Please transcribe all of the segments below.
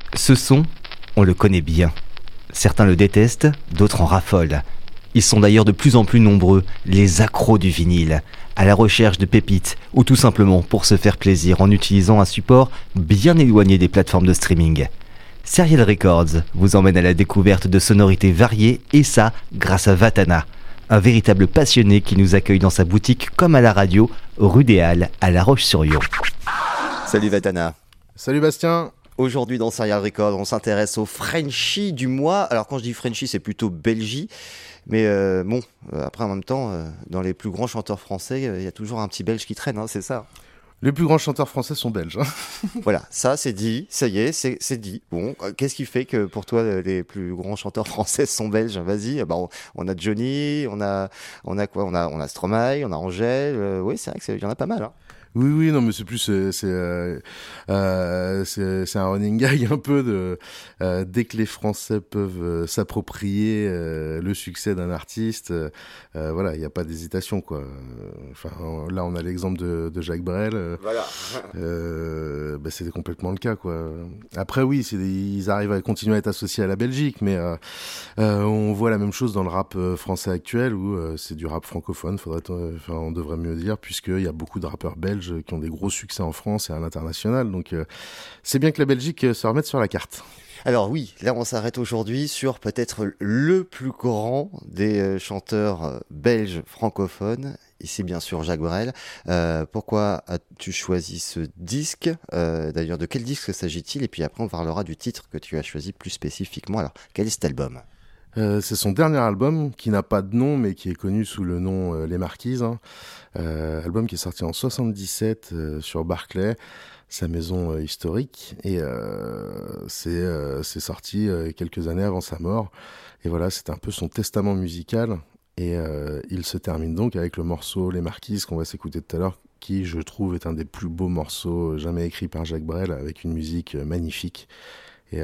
Ce son, on le connaît bien. Certains le détestent, d'autres en raffolent. Ils sont d'ailleurs de plus en plus nombreux, les accros du vinyle, à la recherche de pépites ou tout simplement pour se faire plaisir en utilisant un support bien éloigné des plateformes de streaming. Serial Records vous emmène à la découverte de sonorités variées et ça grâce à Vatana, un véritable passionné qui nous accueille dans sa boutique comme à la radio, rue des Halles à La Roche-sur-Yon. Salut Vatana. Salut Bastien. Aujourd'hui dans Serial Records, on s'intéresse au Frenchie du mois. Alors quand je dis Frenchie, c'est plutôt Belgie. Mais après en même temps, dans les plus grands chanteurs français, il y a toujours un petit Belge qui traîne, hein, c'est ça. Les plus grands chanteurs français sont belges. Voilà, ça c'est dit, ça y est, c'est dit. Bon, qu'est-ce qui fait que pour toi les plus grands chanteurs français sont belges? Vas-y, on a Johnny, on a quoi? On a Stromae, on a Angèle. Oui, c'est vrai qu'il y en a pas mal. Hein. Oui, non, mais c'est plus c'est un running gag un peu de dès que les Français peuvent s'approprier le succès d'un artiste, voilà, il n'y a pas d'hésitation quoi. Enfin, là, on a l'exemple de Jacques Brel. Voilà. C'était complètement le cas quoi. Après, oui, ils arrivent à continuer à être associés à la Belgique, mais on voit la même chose dans le rap français actuel où c'est du rap francophone. On devrait mieux dire puisqu'il y a beaucoup de rappeurs belges qui ont des gros succès en France et à l'international. Donc, c'est bien que la Belgique se remette sur la carte. Alors oui, là on s'arrête aujourd'hui sur peut-être le plus grand des chanteurs belges francophones. Ici bien sûr Jacques Brel. Pourquoi as-tu choisi ce disque D'ailleurs, de quel disque s'agit-il? Et puis après on parlera du titre que tu as choisi plus spécifiquement. Alors, quel est cet album? C'est son dernier album qui n'a pas de nom mais qui est connu sous le nom Les Marquises. Album qui est sorti en 77 sur Barclay, sa maison historique, et c'est sorti quelques années avant sa mort. Et voilà, c'est un peu son testament musical. Et il se termine donc avec le morceau Les Marquises qu'on va s'écouter tout à l'heure, qui je trouve est un des plus beaux morceaux jamais écrits par Jacques Brel, avec une musique magnifique. Et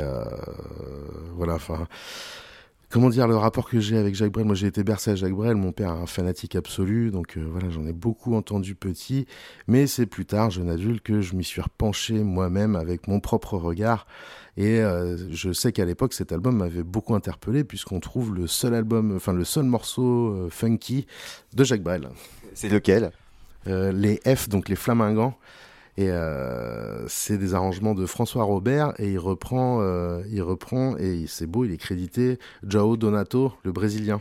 voilà, enfin... Comment dire, le rapport que j'ai avec Jacques Brel, moi j'ai été bercé à Jacques Brel, mon père est un fanatique absolu, donc voilà, j'en ai beaucoup entendu petit, mais c'est plus tard, jeune adulte, que je m'y suis repenché moi-même avec mon propre regard, et je sais qu'à l'époque cet album m'avait beaucoup interpellé, puisqu'on trouve le seul morceau funky de Jacques Brel. C'est lequel? Les F, donc les Flamingants. Et c'est des arrangements de François Robert et il reprend et c'est beau, il est crédité João Donato, le Brésilien,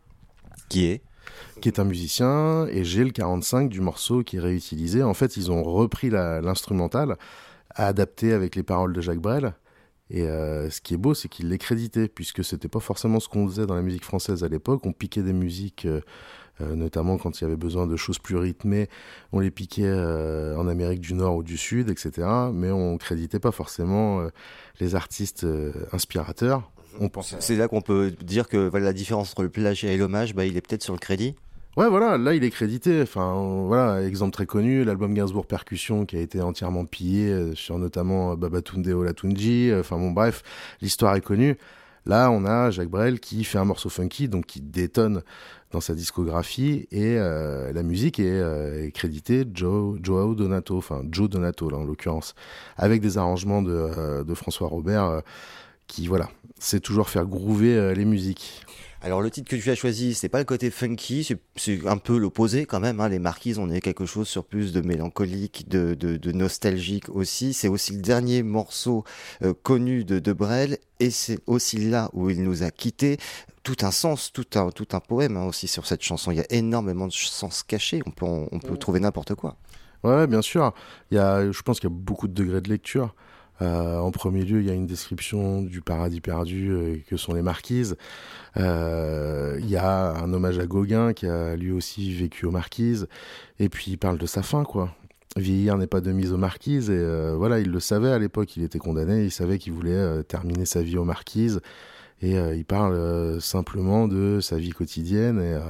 qui est un musicien, et j'ai le 45 du morceau qui est réutilisé. En fait, ils ont repris l'instrumental, adapté avec les paroles de Jacques Brel. Et ce qui est beau, c'est qu'il l'est crédité, puisque c'était pas forcément ce qu'on faisait dans la musique française à l'époque. On piquait des musiques, notamment quand il y avait besoin de choses plus rythmées, on les piquait en Amérique du Nord ou du Sud, etc. Mais on créditait pas forcément les artistes inspirateurs. C'est là qu'on peut dire que voilà, la différence entre le plagiat et l'hommage, il est peut-être sur le crédit. Ouais, voilà, là il est crédité. Enfin, voilà, exemple très connu, l'album Gainsbourg Percussion qui a été entièrement pillé sur notamment Babatunde Olatunji. Enfin bon, bref, l'histoire est connue. Là, on a Jacques Brel qui fait un morceau funky, donc qui détonne dans sa discographie, et la musique est créditée João Donato, enfin Joe Donato là en l'occurrence, avec des arrangements de François Robert qui, voilà, c'est toujours faire groover les musiques. Alors le titre que tu as choisi, c'est pas le côté funky, c'est un peu l'opposé quand même. Hein. Les Marquises, on est quelque chose sur plus de mélancolique, de nostalgique aussi. C'est aussi le dernier morceau connu de Brel, et c'est aussi là où il nous a quittés. Tout un sens, tout un poème aussi sur cette chanson. Il y a énormément de sens cachés. On peut trouver n'importe quoi. Ouais, bien sûr. Je pense qu'il y a beaucoup de degrés de lecture. En premier lieu, il y a une description du paradis perdu que sont les Marquises. Il y a un hommage à Gauguin qui a lui aussi vécu aux Marquises. Et puis il parle de sa fin, quoi. Vieillir n'est pas de mise aux Marquises. Et voilà, il le savait à l'époque, il était condamné. Il savait qu'il voulait terminer sa vie aux Marquises. Et il parle simplement de sa vie quotidienne et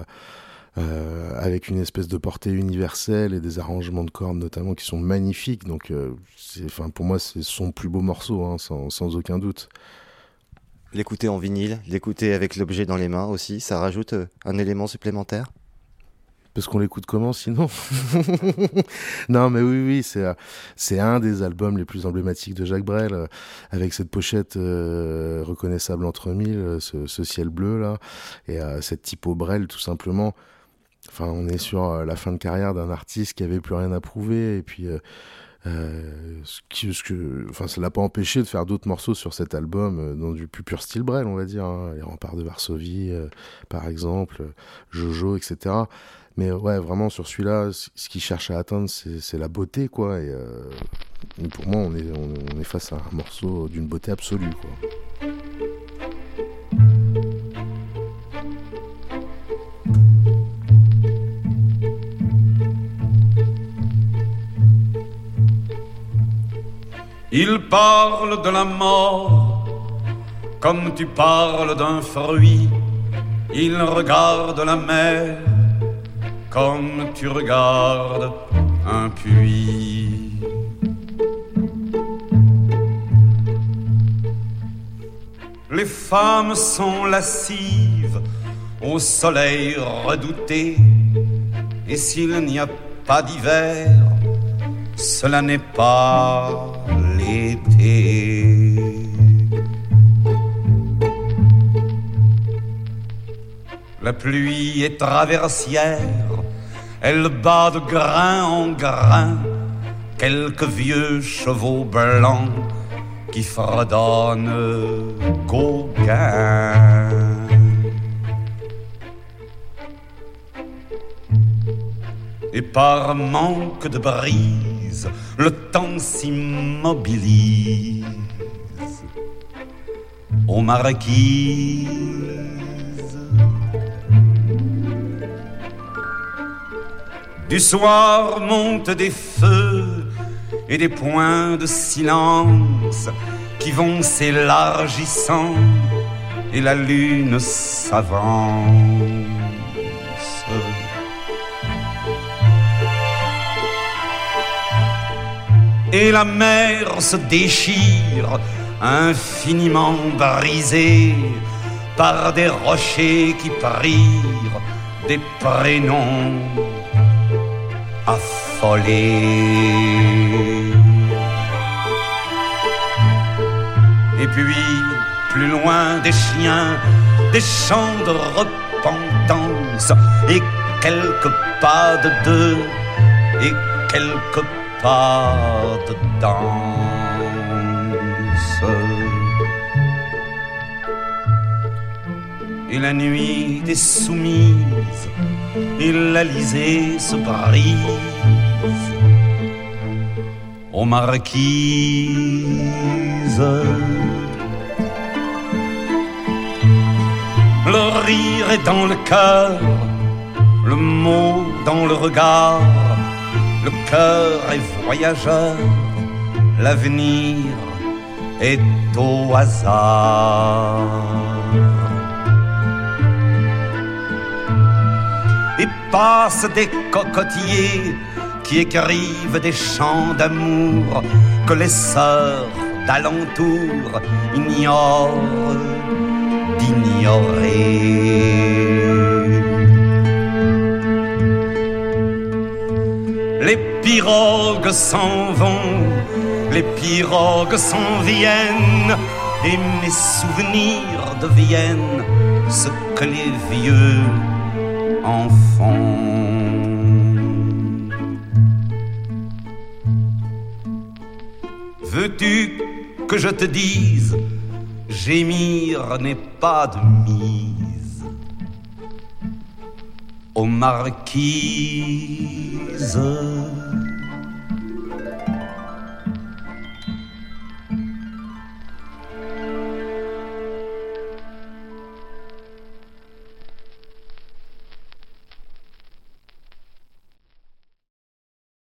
avec une espèce de portée universelle et des arrangements de cordes notamment qui sont magnifiques. Donc pour moi c'est son plus beau morceau, hein, sans aucun doute. L'écouter en vinyle, l'écouter avec l'objet dans les mains aussi, ça rajoute un élément supplémentaire? Parce qu'on l'écoute comment sinon? Non, mais oui, c'est un des albums les plus emblématiques de Jacques Brel, avec cette pochette reconnaissable entre mille, ce ciel bleu là, et cette typo Brel tout simplement. Enfin, on est sur la fin de carrière d'un artiste qui avait plus rien à prouver, et puis ça l'a pas empêché de faire d'autres morceaux sur cet album dans du plus pur style Brel, on va dire, hein. Les Remparts de Varsovie, par exemple, Jojo, etc. Mais ouais, vraiment sur celui-là, ce qu'il cherche à atteindre, c'est la beauté, quoi. Et pour moi, on est face à un morceau d'une beauté absolue, quoi. Il parle de la mort comme tu parles d'un fruit. Il regarde la mer comme tu regardes un puits. Les femmes sont lascives au soleil redouté, et s'il n'y a pas d'hiver, cela n'est pas l'été. La pluie est traversière, elle bat de grain en grain quelques vieux chevaux blancs qui fredonnent Gauguin. Et par manque de brise, le temps s'immobilise aux marquises. Du soir montent des feux et des points de silence qui vont s'élargissant, et la lune s'avance. Et la mer se déchire, infiniment brisée par des rochers qui prirent des prénoms affolés. Et puis, plus loin, des chiens, des chants de repentance, et quelques pas de deux, et quelques pas de danse. Et la nuit est soumise, et l'Alizé se brise aux marquises. Le rire est dans le cœur, le mot dans le regard. Le cœur est voyageur, l'avenir est au hasard. Et passent des cocotiers qui écrivent des chants d'amour que les sœurs d'alentour ignorent d'ignorer. Les pirogues s'en vont, les pirogues s'en viennent, et mes souvenirs deviennent ce que les vieux en font. Veux-tu que je te dise, gémir n'est pas de mise aux marquises.